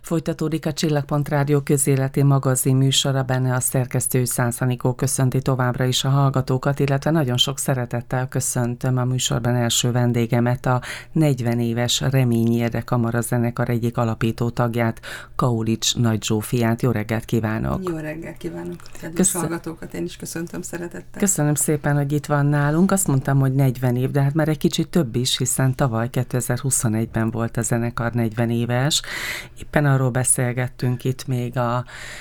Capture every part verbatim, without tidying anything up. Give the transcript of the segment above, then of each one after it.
Folytatódik a Csillagpont Rádió közéleti magazin műsora, benne a szerkesztő Szász Anikó köszönti továbbra is a hallgatókat, illetve nagyon sok szeretettel köszöntöm a műsorban első vendégemet, a negyven éves Reményi Ede kamarazenekar egyik alapító tagját, Kaulics Nagy Zsófiát. Jó reggelt kívánok! Jó reggelt kívánok! Kedves Köszön... hallgatókat, én is köszöntöm szeretettel. Köszönöm szépen, hogy itt van nálunk. Azt mondtam, hogy negyven év, de hát már egy kicsit több is, hiszen tavaly kétezer-huszonegyben volt a zenekar negyven éves. Éppen arról beszélgettünk itt még a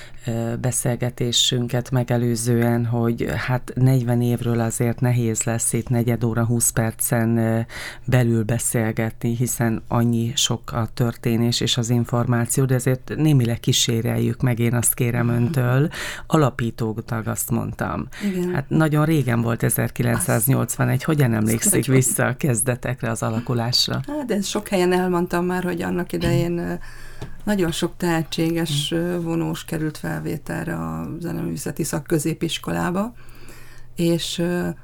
beszélgetésünket megelőzően, hogy hát negyven évről azért nehéz lesz itt negyed óra, húsz percen belül beszélgetni, hiszen annyi sok a történés és az információ, de ezért némileg kíséreljük meg, én azt kérem öntől. Alapítótag, azt mondtam. Igen. Hát nagyon régen volt ezerkilencszáznyolcvanegy, hogyan emlékszik vissza a kezdetekre, az alakulásra? Hát, de sok helyen elmondtam már, hogy annak idején nagyon sok tehetséges vonós került felvételre a zeneművészeti szakközépiskolába, és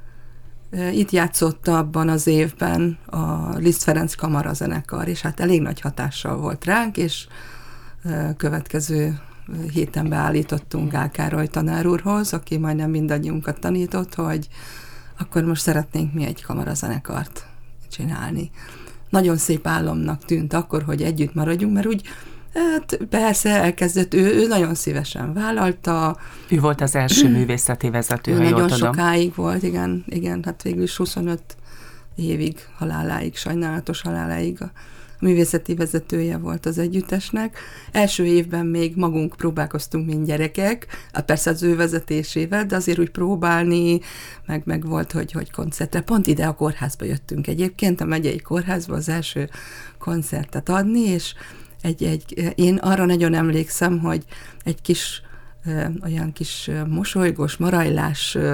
uh, itt játszott abban az évben a Liszt Ferenc kamarazenekar, és hát elég nagy hatással volt ránk, és uh, következő héten beállítottunk Gál Károly tanár úrhoz, aki majdnem mindannyiunkat tanított, hogy akkor most szeretnénk mi egy kamarazenekart csinálni. Nagyon szép álomnak tűnt akkor, hogy együtt maradjunk, mert úgy hát persze elkezdett, ő, ő nagyon szívesen vállalta. Ő volt az első művészeti vezető, ha jól nagyon tudom. sokáig volt, igen, igen, hát végül is huszonöt évig, haláláig, sajnálatos haláláig a művészeti vezetője volt az együttesnek. Első évben még magunk próbálkoztunk, mint gyerekek, hát persze az ő vezetésével, de azért úgy próbálni, meg, meg volt, hogy, hogy koncertre. Pont ide a kórházba jöttünk egyébként, a megyei kórházba az első koncertet adni, és Egy, egy, én arra nagyon emlékszem, hogy egy kis, ö, olyan kis mosolygós, marajlás ö,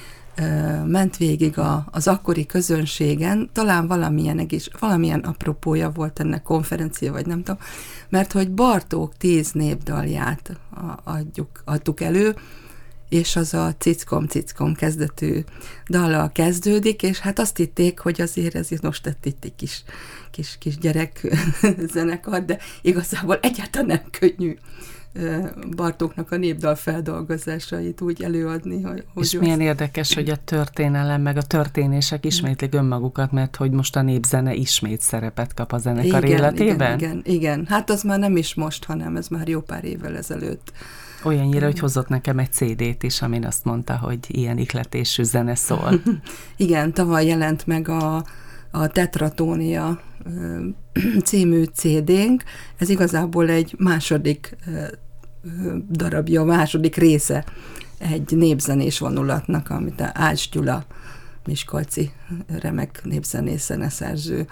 ö, ment végig a, az akkori közönségen, talán valamilyen, egész, valamilyen apropója volt ennek, konferencia, vagy nem tudom, mert hogy Bartók tíz népdalját adjuk, adtuk elő, és az a Cickom, Cickom kezdetű dallal kezdődik, és hát azt hitték, hogy azért ez most tett itt egy kis, kis, kis gyerek zenekar, de igazából egyáltalán nem könnyű Bartóknak a népdal feldolgozásait úgy előadni. Hogy és milyen azt... érdekes, hogy a történelem, meg a történések ismétlik önmagukat, mert hogy most a népzene ismét szerepet kap a zenekar igen, életében? Igen, igen, igen. Hát az már nem is most, hanem ez már jó pár évvel ezelőtt. Olyannyira, hogy hozott nekem egy cé dét is, amin azt mondta, hogy ilyen ihletésű zene szól. Igen, tavaly jelent meg a, a Tetratónia című cé dénk. Ez igazából egy második darabja, a második része egy népzenés vonulatnak, amit a Ács Gyula, miskolci remek népzenész zeneszerző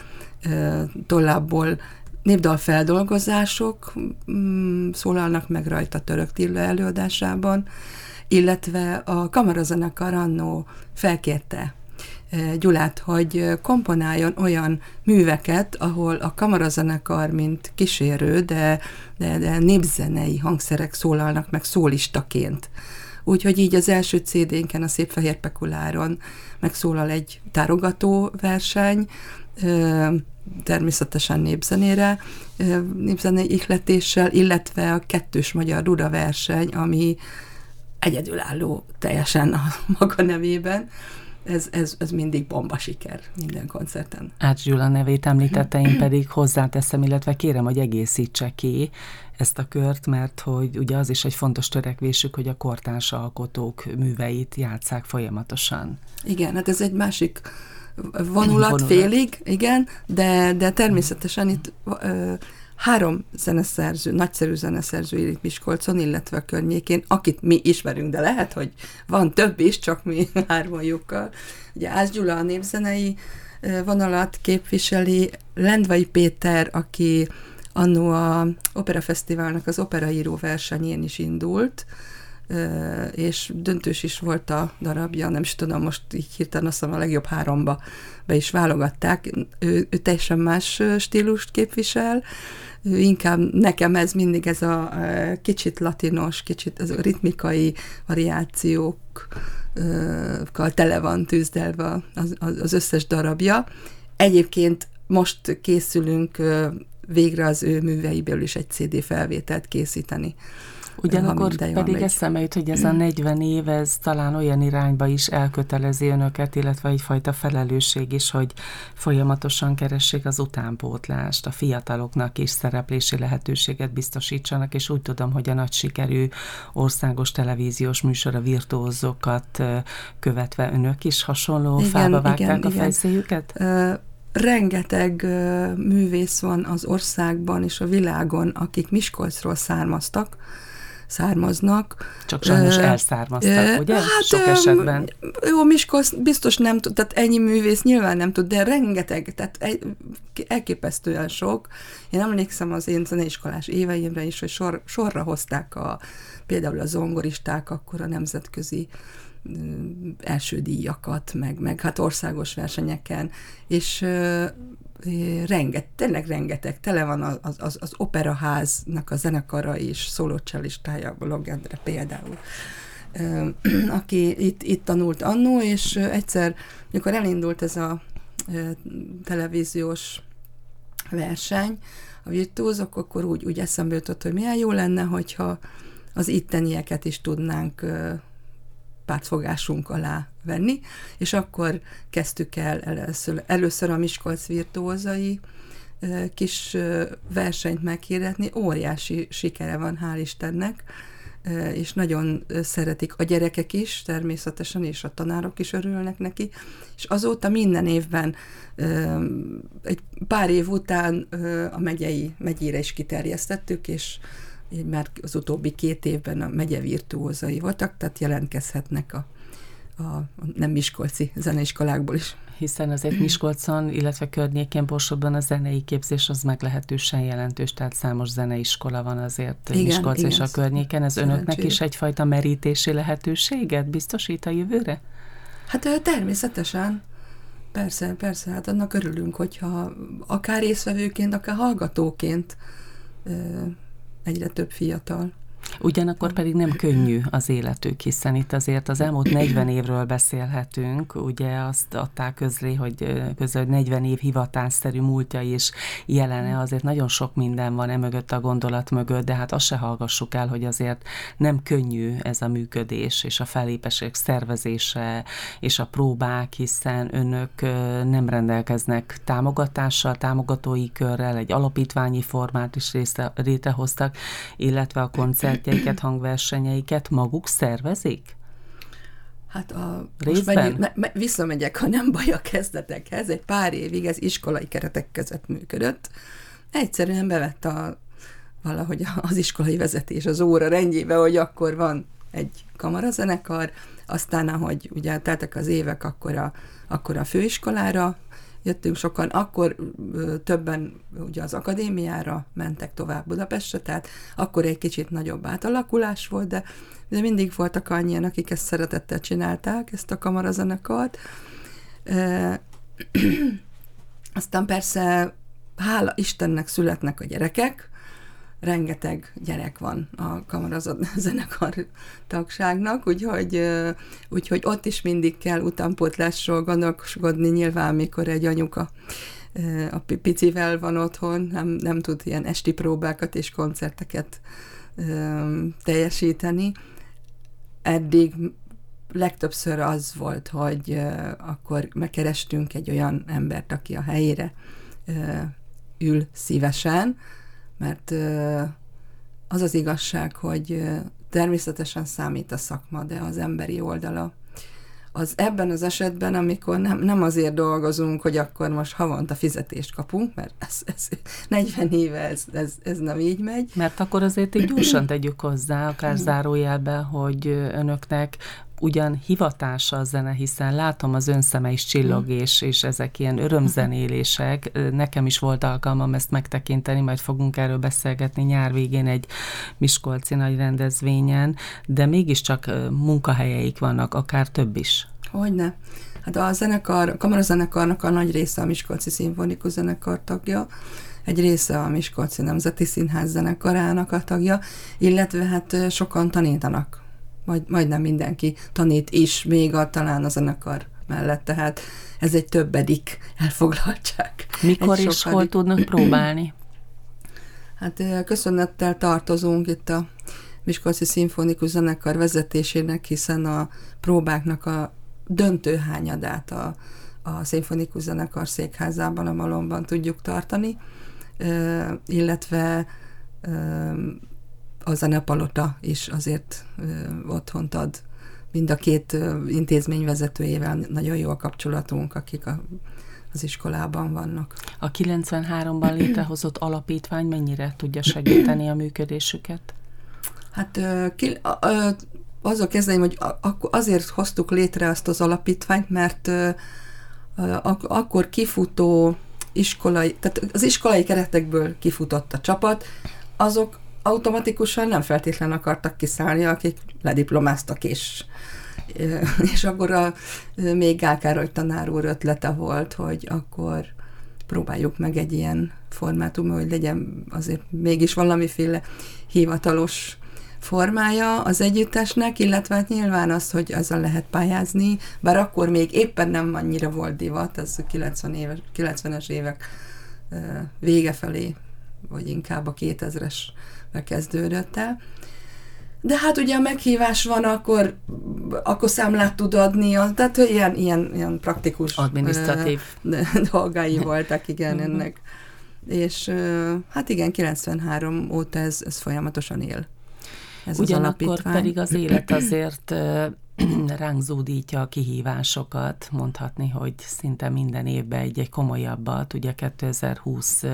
tollából népdalfeldolgozások mm, szólalnak meg rajta Török Tilla előadásában, illetve a kamarazenekar annó felkérte Gyulát, hogy komponáljon olyan műveket, ahol a kamarazenekar, mint kísérő, de, de, de népzenei hangszerek szólalnak meg szólistaként. Úgyhogy így az első cé dénken, a Szép Fehér Pekuláron megszólal egy tárogató verseny, természetesen népzenére, népzenei ihletéssel, illetve a kettős magyar ruda verseny, ami egyedülálló teljesen a maga nevében. Ez, ez, ez mindig bomba siker minden koncerten. Ács Gyula nevét említette, én pedig hozzáteszem, illetve kérem, hogy egészítse ki ezt a kört, mert hogy ugye az is egy fontos törekvésük, hogy a kortárs alkotók műveit játsszák folyamatosan. Igen, hát ez egy másik vonulat, vonulat. félig, igen, de, de természetesen itt ö, három zeneszerző, nagyszerű zeneszerző ír itt Miskolcon, illetve a környékén, akit mi ismerünk, de lehet, hogy van több is, csak mi hármajukkal. Ugye Ács Gyula a népzenei vonalat képviseli, Lendvai Péter, aki annó a Operafesztiválnak az operaíró versenyén is indult, és döntős is volt a darabja, nem is tudom, most így hirtelen azt hiszem a legjobb háromba be is válogatták. Ő, ő teljesen más stílust képvisel, ő inkább nekem ez mindig ez a kicsit latinos, kicsit az ritmikai variációkkal tele van tűzdelve az, az összes darabja. Egyébként most készülünk végre az ő műveiből is egy cé dé felvételt készíteni. Ugyanakkor pedig eszembe jut, hogy ez a negyven év, ez talán olyan irányba is elkötelezi önöket, illetve egyfajta felelősség is, hogy folyamatosan keressék az utánpótlást, a fiataloknak is szereplési lehetőséget biztosítsanak, és úgy tudom, hogy a nagy sikerű országos televíziós műsor, a Virtuózokat követve önök is hasonló igen, fába vágták igen, a fejszéjüket? Igen. Rengeteg uh, művész van az országban és a világon, akik Miskolcról származtak, származnak. Csak sajnos uh, elszármaztak, uh, ugye? Hát, sok esetben. Jó, Miskolc biztos nem tud, tehát ennyi művész nyilván nem tud, de rengeteg, tehát egy, elképesztően sok. Én emlékszem az én zeneiskolás éveimre is, hogy sor, sorra hozták a, például a zongoristák akkor a nemzetközi első díjakat, meg, meg hát országos versenyeken, és uh, renget, tényleg rengeteg, tele van az, az, az operaháznak a zenekara és szólócsellistája, Log Endre például, uh, aki itt, itt tanult annó, és uh, egyszer, mikor elindult ez a uh, televíziós verseny, a Virtuózok, akkor úgy, úgy eszembe jutott, hogy milyen jó lenne, hogyha az ittenieket is tudnánk uh, pártfogásunk alá venni, és akkor kezdtük el először, először a Miskolc virtuózai kis versenyt meghirdetni, óriási sikere van, hál' Istennek, és nagyon szeretik a gyerekek is, természetesen, és a tanárok is örülnek neki, és azóta minden évben, egy pár év után a megyei, megyére is kiterjesztettük, és már az utóbbi két évben a megye virtuózai voltak, tehát jelentkezhetnek a, a nem miskolci zeneiskolákból is. Hiszen azért Miskolcon, illetve környékén, Borsodban a zenei képzés az meglehetősen jelentős, tehát számos zeneiskola van azért igen, Miskolc igen, és a környéken. Ez önöknek is egyfajta merítési lehetőséget biztosít a jövőre? Hát természetesen. Persze, persze, hát annak örülünk, hogyha akár résztvevőként, akár hallgatóként egyre több fiatal. Ugyanakkor pedig nem könnyű az életük, hiszen itt azért az elmúlt negyven évről beszélhetünk, ugye azt adták közlé, hogy közül, hogy negyven év hivatásszerű múltja is jelene, azért nagyon sok minden van emögött a gondolat mögött, de hát azt se hallgassuk el, hogy azért nem könnyű ez a működés, és a fellépések szervezése, és a próbák, hiszen önök nem rendelkeznek támogatással, támogatói körrel, egy alapítványi formát is létrehoztak, illetve a koncert koncertjeiket, hangversenyeiket maguk szervezik? Hát a, most mennyi, me, me, visszamegyek, ha nem baj a kezdetekhez, egy pár évig ez iskolai keretek között működött. Egyszerűen bevett a, valahogy az iskolai vezetés az óra rendjébe, hogy akkor van egy kamarazenekar, aztán ahogy ugye teltek az évek, akkor a, akkor a főiskolára jöttünk sokan, akkor ö, többen ugye az akadémiára mentek tovább Budapestre, tehát akkor egy kicsit nagyobb átalakulás volt, de, de mindig voltak annyian, akik ezt szeretettel csinálták, ezt a kamarazenekart. E, aztán persze, hála Istennek születnek a gyerekek, rengeteg gyerek van a kamarazenekar tagságnak, úgyhogy, úgyhogy ott is mindig kell utánpótlásról gondolkodni, nyilván mikor egy anyuka a picivel van otthon, nem, nem tud ilyen esti próbákat és koncerteket teljesíteni. Eddig legtöbbször az volt, hogy akkor megkerestünk egy olyan embert, aki a helyére ül szívesen, mert az az igazság, hogy természetesen számít a szakma, de az emberi oldala. Az ebben az esetben, amikor nem, nem azért dolgozunk, hogy akkor most havonta fizetést kapunk, mert ez, ez negyven éve ez, ez, ez nem így megy. Mert akkor azért így gyorsan tegyük hozzá, akár zárójelben, hogy önöknek ugyan hivatása a zene, hiszen látom az ön szeme is csillog, és, és ezek ilyen örömzenélések. Nekem is volt alkalmam ezt megtekinteni, majd fogunk erről beszélgetni nyár végén egy miskolci nagy rendezvényen, de mégiscsak munkahelyeik vannak, akár több is. Hogyne. Hát a zenekar, a kamarazenekarnak a nagy része a Miskolci Szimfonikus Zenekar tagja, egy része a Miskolci Nemzeti Színház zenekarának a tagja, illetve hát sokan tanítanak. Majd, majdnem mindenki tanít is, még a, talán a zenekar mellett, tehát ez egy többedik elfoglaltság. Mikor és hol tudnak próbálni? Hát köszönettel tartozunk itt a Miskolci Szimfonikus Zenekar vezetésének, hiszen a próbáknak a döntő hányadát a, a Szimfonikus Zenekar székházában, a Malomban tudjuk tartani, illetve a Zenepalota is azért otthont ad. Mind a két intézmény vezetőjével nagyon jó a kapcsolatunk, akik a, az iskolában vannak. A kilencvenháromban létrehozott alapítvány mennyire tudja segíteni a működésüket? Hát azzal kezdeném, hogy azért hoztuk létre azt az alapítványt, mert akkor kifutó iskolai, tehát az iskolai keretekből kifutott a csapat, azok automatikusan nem feltétlenül akartak kiszállni, akik lediplomáztak, és, és akkor a, még Gál Károly tanár úr ötlete volt, hogy akkor próbáljuk meg egy ilyen formátum, hogy legyen azért mégis valamiféle hivatalos formája az együttesnek, illetve hát nyilván az, hogy ezzel lehet pályázni, bár akkor még éppen nem annyira volt divat, ez a kilencven éves, kilencvenes évek vége felé, vagy inkább a kétezres kezdődött el. De hát ugye a meghívás van, akkor, akkor számlát tud adni, tehát ilyen, ilyen, ilyen praktikus adminisztratív dolgai voltak, igen, ennek. És hát igen, kilencvenhárom óta ez, ez folyamatosan él. Ez ugyanakkor pedig az élet azért ránk zúdítja a kihívásokat, mondhatni, hogy szinte minden évben egy-egy komolyabbat, ugye kétezer-húsz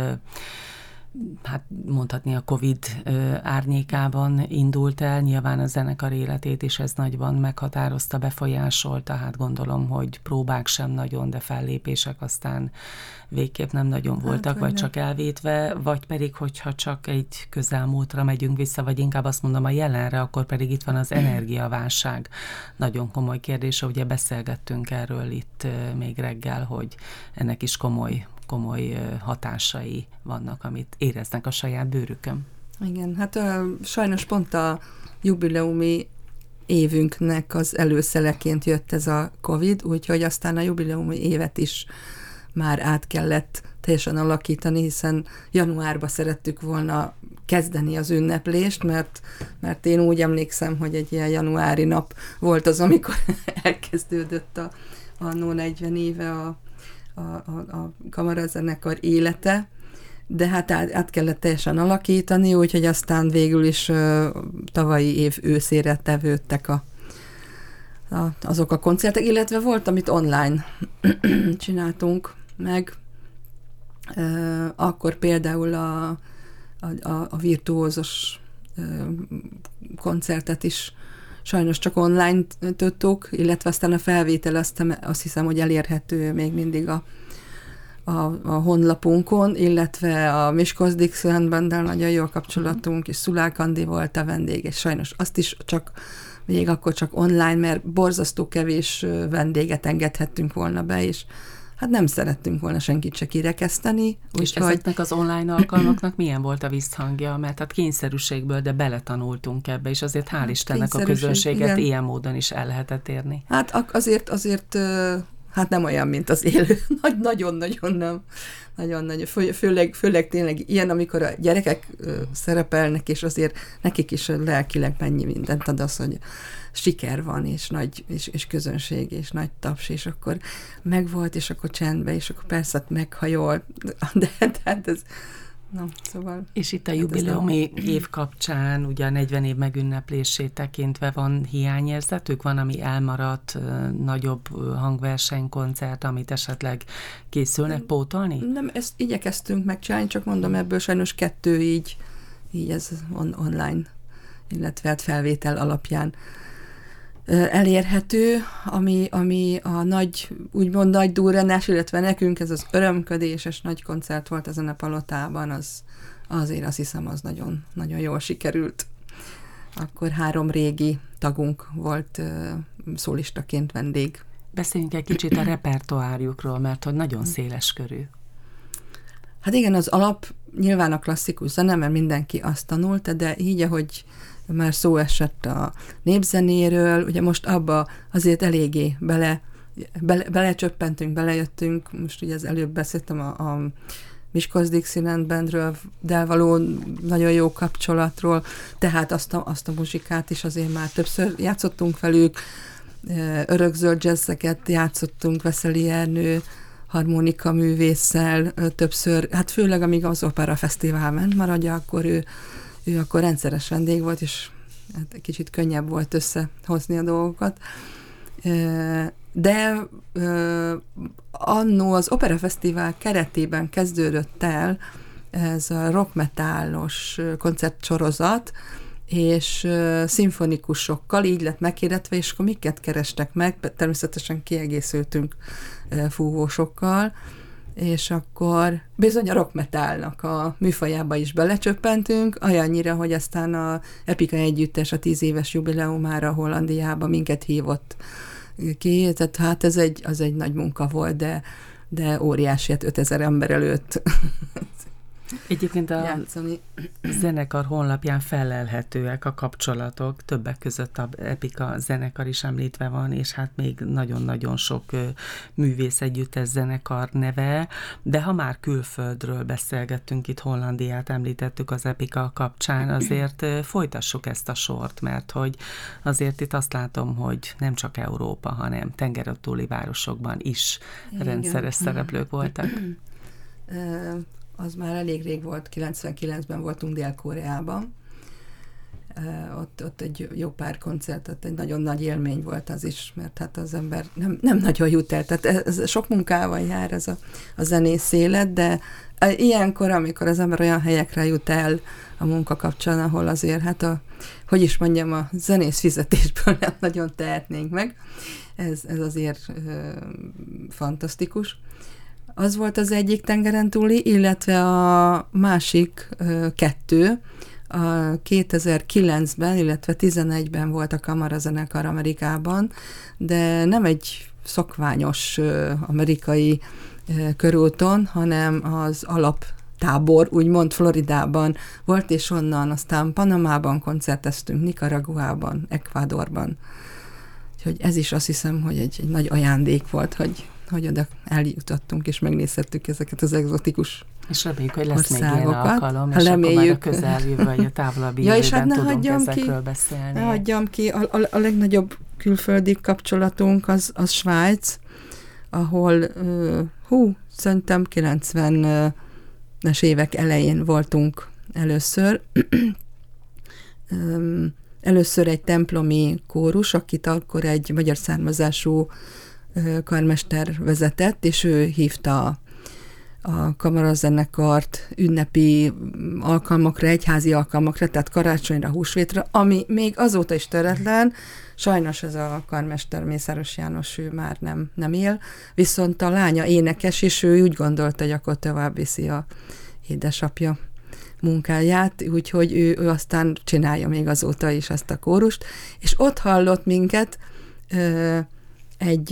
hát mondhatni a Covid árnyékában indult el, nyilván a zenekar életét is ez nagyban meghatározta, befolyásolta, hát gondolom, hogy próbák sem nagyon, de fellépések aztán végképp nem nagyon voltak, hát, vagy csak elvétve, vagy pedig, hogyha csak egy közelmúltra megyünk vissza, vagy inkább azt mondom a jelenre, akkor pedig itt van az energiaválság. Nagyon komoly kérdése, ugye beszélgettünk erről itt még reggel, hogy ennek is komoly komoly hatásai vannak, amit éreznek a saját bőrükön. Igen, hát uh, sajnos pont a jubileumi évünknek az előszeleként jött ez a Covid, úgyhogy aztán a jubileumi évet is már át kellett teljesen alakítani, hiszen januárban szerettük volna kezdeni az ünneplést, mert, mert én úgy emlékszem, hogy egy ilyen januári nap volt az, amikor elkezdődött a annó negyven éve a A, a, a kamarazenekar élete, de hát át, át kellett teljesen alakítani, úgyhogy aztán végül is uh, tavalyi év őszére tevődtek a, a, azok a koncertek, illetve volt, amit online csináltunk meg. Uh, akkor például a, a, a virtuózos uh, koncertet is sajnos csak online tudtuk, illetve aztán a felvétel azt, azt hiszem, hogy elérhető még mindig a, a, a honlapunkon, illetve a Miskolc Dixieland Banddal nagyon jó kapcsolatunk, és Szulák Andi volt a vendég, és sajnos azt is csak még akkor csak online, mert borzasztó kevés vendéget engedhettünk volna be, és hát nem szerettünk volna senkit se kirekeszteni. És úgy, ezeknek hogy... az online alkalmaknak milyen volt a visszhangja? Mert hát kényszerűségből, de beletanultunk ebbe, és azért hál' Istennek a közönséget igen. ilyen módon is el lehetett érni. Hát azért, azért hát nem olyan, mint az élő. Nagyon-nagyon nem. Nagyon-nagyon. Fő, főleg, főleg tényleg ilyen, amikor a gyerekek szerepelnek, és azért nekik is lelkileg mennyi mindent ad az, hogy siker van, és nagy, és, és közönség, és nagy taps, és akkor megvolt, és akkor csendbe, és akkor persze meghajol, de hát ez, na, szóval... És itt a jubileumi év kapcsán, ugye a negyven év megünneplését tekintve van hiányérzetük? Van, ami elmaradt, nagyobb hangversenykoncert, amit esetleg készülnek pótolni? Nem, ezt igyekeztünk megcsinálni, csak mondom, ebből sajnos kettő így, így ez on, online, illetve hát felvétel alapján elérhető, ami, ami a nagy, úgymond nagy durranás, illetve nekünk ez az örömködéses nagy koncert volt ezen a palotában, az azért azt hiszem, az nagyon, nagyon jól sikerült. Akkor három régi tagunk volt szólistaként vendég. Beszéljünk egy kicsit a repertoárjukról, mert hogy nagyon széles körű. Hát igen, az alap nyilván a klasszikus zene, mert mindenki azt tanulta, de így, ahogy már szó esett a népzenéről, ugye most abba azért eléggé bele, bele, belecsöppentünk, belejöttünk, most ugye az előbb beszéltem a, a Miskolc Dixieland Bandről, de való nagyon jó kapcsolatról, tehát azt a, azt a muzsikát is azért már többször játszottunk velük, örökzöld jazzeket játszottunk Veszeli Ernő harmonika művésszel többször, hát főleg amíg az Opera Fesztivál ment, maradja, akkor ő, ő akkor rendszeres vendég volt, és hát kicsit könnyebb volt összehozni a dolgokat. De annó az Opera Fesztivál keretében kezdődött el ez a rock-metálos koncertsorozat, és szimfonikusokkal így lett meghirdetve, és akkor miket kerestek meg? Természetesen kiegészültünk fúvósokkal, és akkor bizony a rock-metálnak a műfajába is belecsöppentünk, olyannyira, hogy aztán a Epika Együttes a tíz éves jubileumára Hollandiába minket hívott ki, tehát hát ez egy, az egy nagy munka volt, de, de óriási, hát ötezer ember előtt Egyébként a játszani. zenekar honlapján felelhetőek a kapcsolatok, többek között a Epika zenekar is említve van, és hát még nagyon-nagyon sok művész együttes zenekar neve, de ha már külföldről beszélgettünk, itt Hollandiát említettük az Epika kapcsán, azért folytassuk ezt a sort, mert hogy azért itt azt látom, hogy nem csak Európa, hanem tengeren túli városokban is igen, rendszeres szereplők voltak. Az már elég rég volt, kilencvenkilencben voltunk Dél-Koreában. Ott, ott egy jó pár koncert, ott egy nagyon nagy élmény volt az is, mert hát az ember nem, nem nagyon jut el. Tehát ez, sok munkával jár ez a, a zenész élet, de ilyenkor, amikor az ember olyan helyekre jut el a munka kapcsán, ahol azért, hát a, hogy is mondjam, a zenész fizetésből nem nagyon tehetnénk meg, ez, ez azért ö, fantasztikus. Az volt az egyik tengeren túli, illetve a másik ö, kettő, a kétezer-kilencben, illetve tizenegyben volt a kamarazenekar Amerikában, de nem egy szokványos ö, amerikai ö, körúton, hanem az alaptábor, úgymond Floridában volt, és onnan aztán Panamában koncerteztünk, Nicaraguában, Ecuadorban. Úgyhogy ez is azt hiszem, hogy egy, egy nagy ajándék volt, hogy hogy oda eljutottunk, és megnézhettük ezeket az egzotikus és reméljük, hogy lesz országokat. még ilyen alkalom, és reméljük. akkor már a közeljövő, vagy a távolabbi ja, jövőben hát tudunk ezekről ki, beszélni. Ne hagyjam ki, a, a, a legnagyobb külföldi kapcsolatunk az, az Svájc, ahol uh, hú, szerintem kilencvenes évek elején voltunk először. um, először egy templomi kórus, akit akkor egy magyar származású karmester vezetett, és ő hívta a kamarazenekart ünnepi alkalmakra, egyházi alkalmakra, tehát karácsonyra, húsvétra, ami még azóta is töretlen. Sajnos ez a karmester, Mészáros János, ő már nem, nem él, viszont a lánya énekes, és ő úgy gondolta, hogy akkor tovább viszi a édesapja munkáját, úgyhogy ő, ő aztán csinálja még azóta is ezt a kórust, és ott hallott minket ö, egy,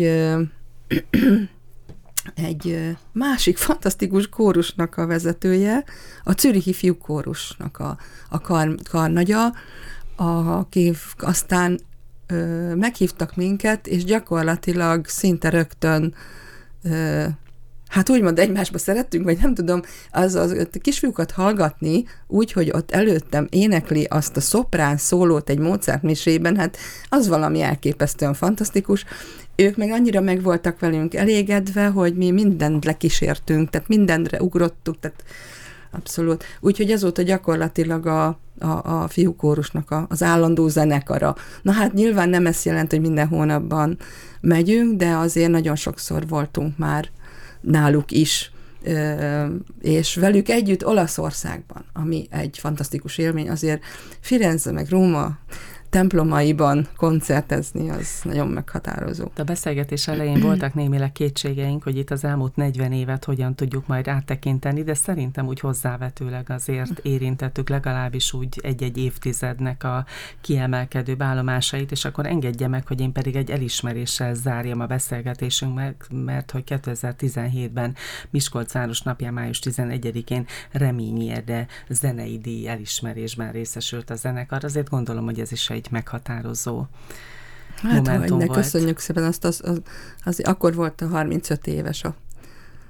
egy másik fantasztikus kórusnak a vezetője, a Zürichi Fiúk Kórusnak a, a kar, karnagya, aki aztán ö, meghívtak minket, és gyakorlatilag szinte rögtön ö, hát úgymond egymásba szerettünk, vagy nem tudom, az, az kisfiúkat hallgatni úgy, hogy ott előttem énekli azt a szoprán szólót egy Mozart misében, hát az valami elképesztően fantasztikus. Ők meg annyira meg voltak velünk elégedve, hogy mi mindent lekísértünk, tehát mindenre ugrottuk, tehát abszolút. Úgyhogy azóta gyakorlatilag a, a, a fiúkórusnak a, az állandó zenekara. Na hát nyilván nem ezt jelent, hogy minden hónapban megyünk, de azért nagyon sokszor voltunk már náluk is, és velük együtt Olaszországban, ami egy fantasztikus élmény, azért Firenze meg Róma templomaiban koncertezni, az nagyon meghatározó. A beszélgetés elején voltak némileg kétségeink, hogy itt az elmúlt negyven évet hogyan tudjuk majd áttekinteni, de szerintem úgy hozzávetőleg azért érintettük legalábbis úgy egy-egy évtizednek a kiemelkedő állomásait, és akkor engedje meg, hogy én pedig egy elismeréssel zárjam a beszélgetésünk meg, mert hogy kétezer-tizenhétben Miskolc város napján, május tizenegyedikén Reményi Ede zenei díj elismerésben részesült a zenekar. Azért gondolom, hogy ez is egy meghatározó hát, momentum hogy ne, volt. Köszönjük szépen, azt, az, az, az, akkor volt a harmincöt éves a,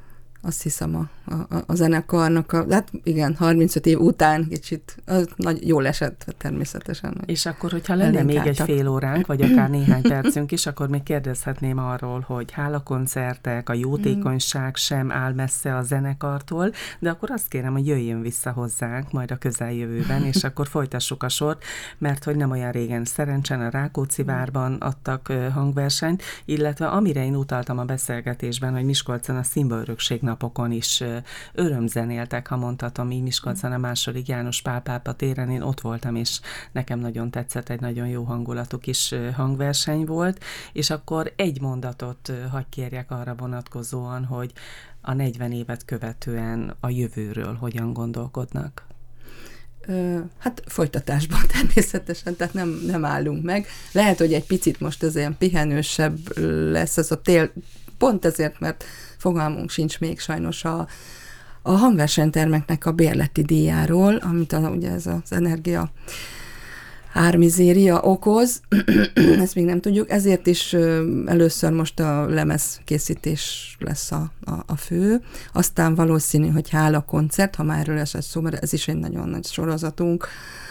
azt hiszem a, a, a zenekarnak, a, hát igen, harmincöt év után kicsit az nagy, jól esett természetesen. És akkor, hogyha lenne még egy fél óránk, vagy akár néhány percünk is, akkor még kérdezhetném arról, hogy hálakoncertek, a jótékonyság sem áll messze a zenekartól, de akkor azt kérem, hogy jöjjön vissza hozzánk majd a közeljövőben, és akkor folytassuk a sort, mert hogy nem olyan régen Szerencsen a Rákóczi-várban adtak hangversenyt, illetve amire én utaltam a beszélgetésben, hogy Miskolcon a Szimbaörökség napokon is örömzenéltek, ha mondhatom így, Miskolcon a második János Pál pápa téren, én ott voltam, és nekem nagyon tetszett, egy nagyon jó hangulatú kis hangverseny volt, és akkor egy mondatot hadd kérjek arra vonatkozóan, hogy a negyven évet követően a jövőről hogyan gondolkodnak? Hát folytatásban természetesen, tehát nem, nem állunk meg. Lehet, hogy egy picit most ez ilyen pihenősebb lesz ez a tél, pont ezért, mert fogalmunk sincs még sajnos a, a hangversenytermeknek a bérleti díjáról, amit a, ugye ez az energia ármizéria okoz, ezt még nem tudjuk, ezért is először most a lemezkészítés lesz a, a, a fő, aztán valószínű, hogy hála koncert, ha már erről esett szó, mert ez is egy nagyon nagy sorozatunk.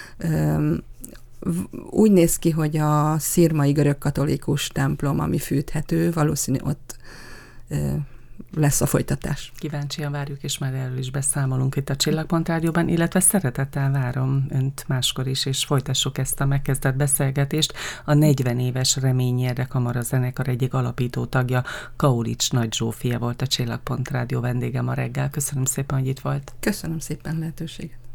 Úgy néz ki, hogy a szirmai görögkatolikus templom, ami fűthető, valószínű ott lesz a folytatás. Kíváncsian várjuk, és már erről is beszámolunk itt a Csillagpont Rádióban, illetve szeretettel várom önt máskor is, és folytassuk ezt a megkezdett beszélgetést. A negyven éves Reményérde Kamara zenekar egyik alapító tagja, Kaulics Nagy Zsófia volt a Csillagpont Rádió vendége ma reggel. Köszönöm szépen, hogy itt volt. Köszönöm szépen lehetőséget.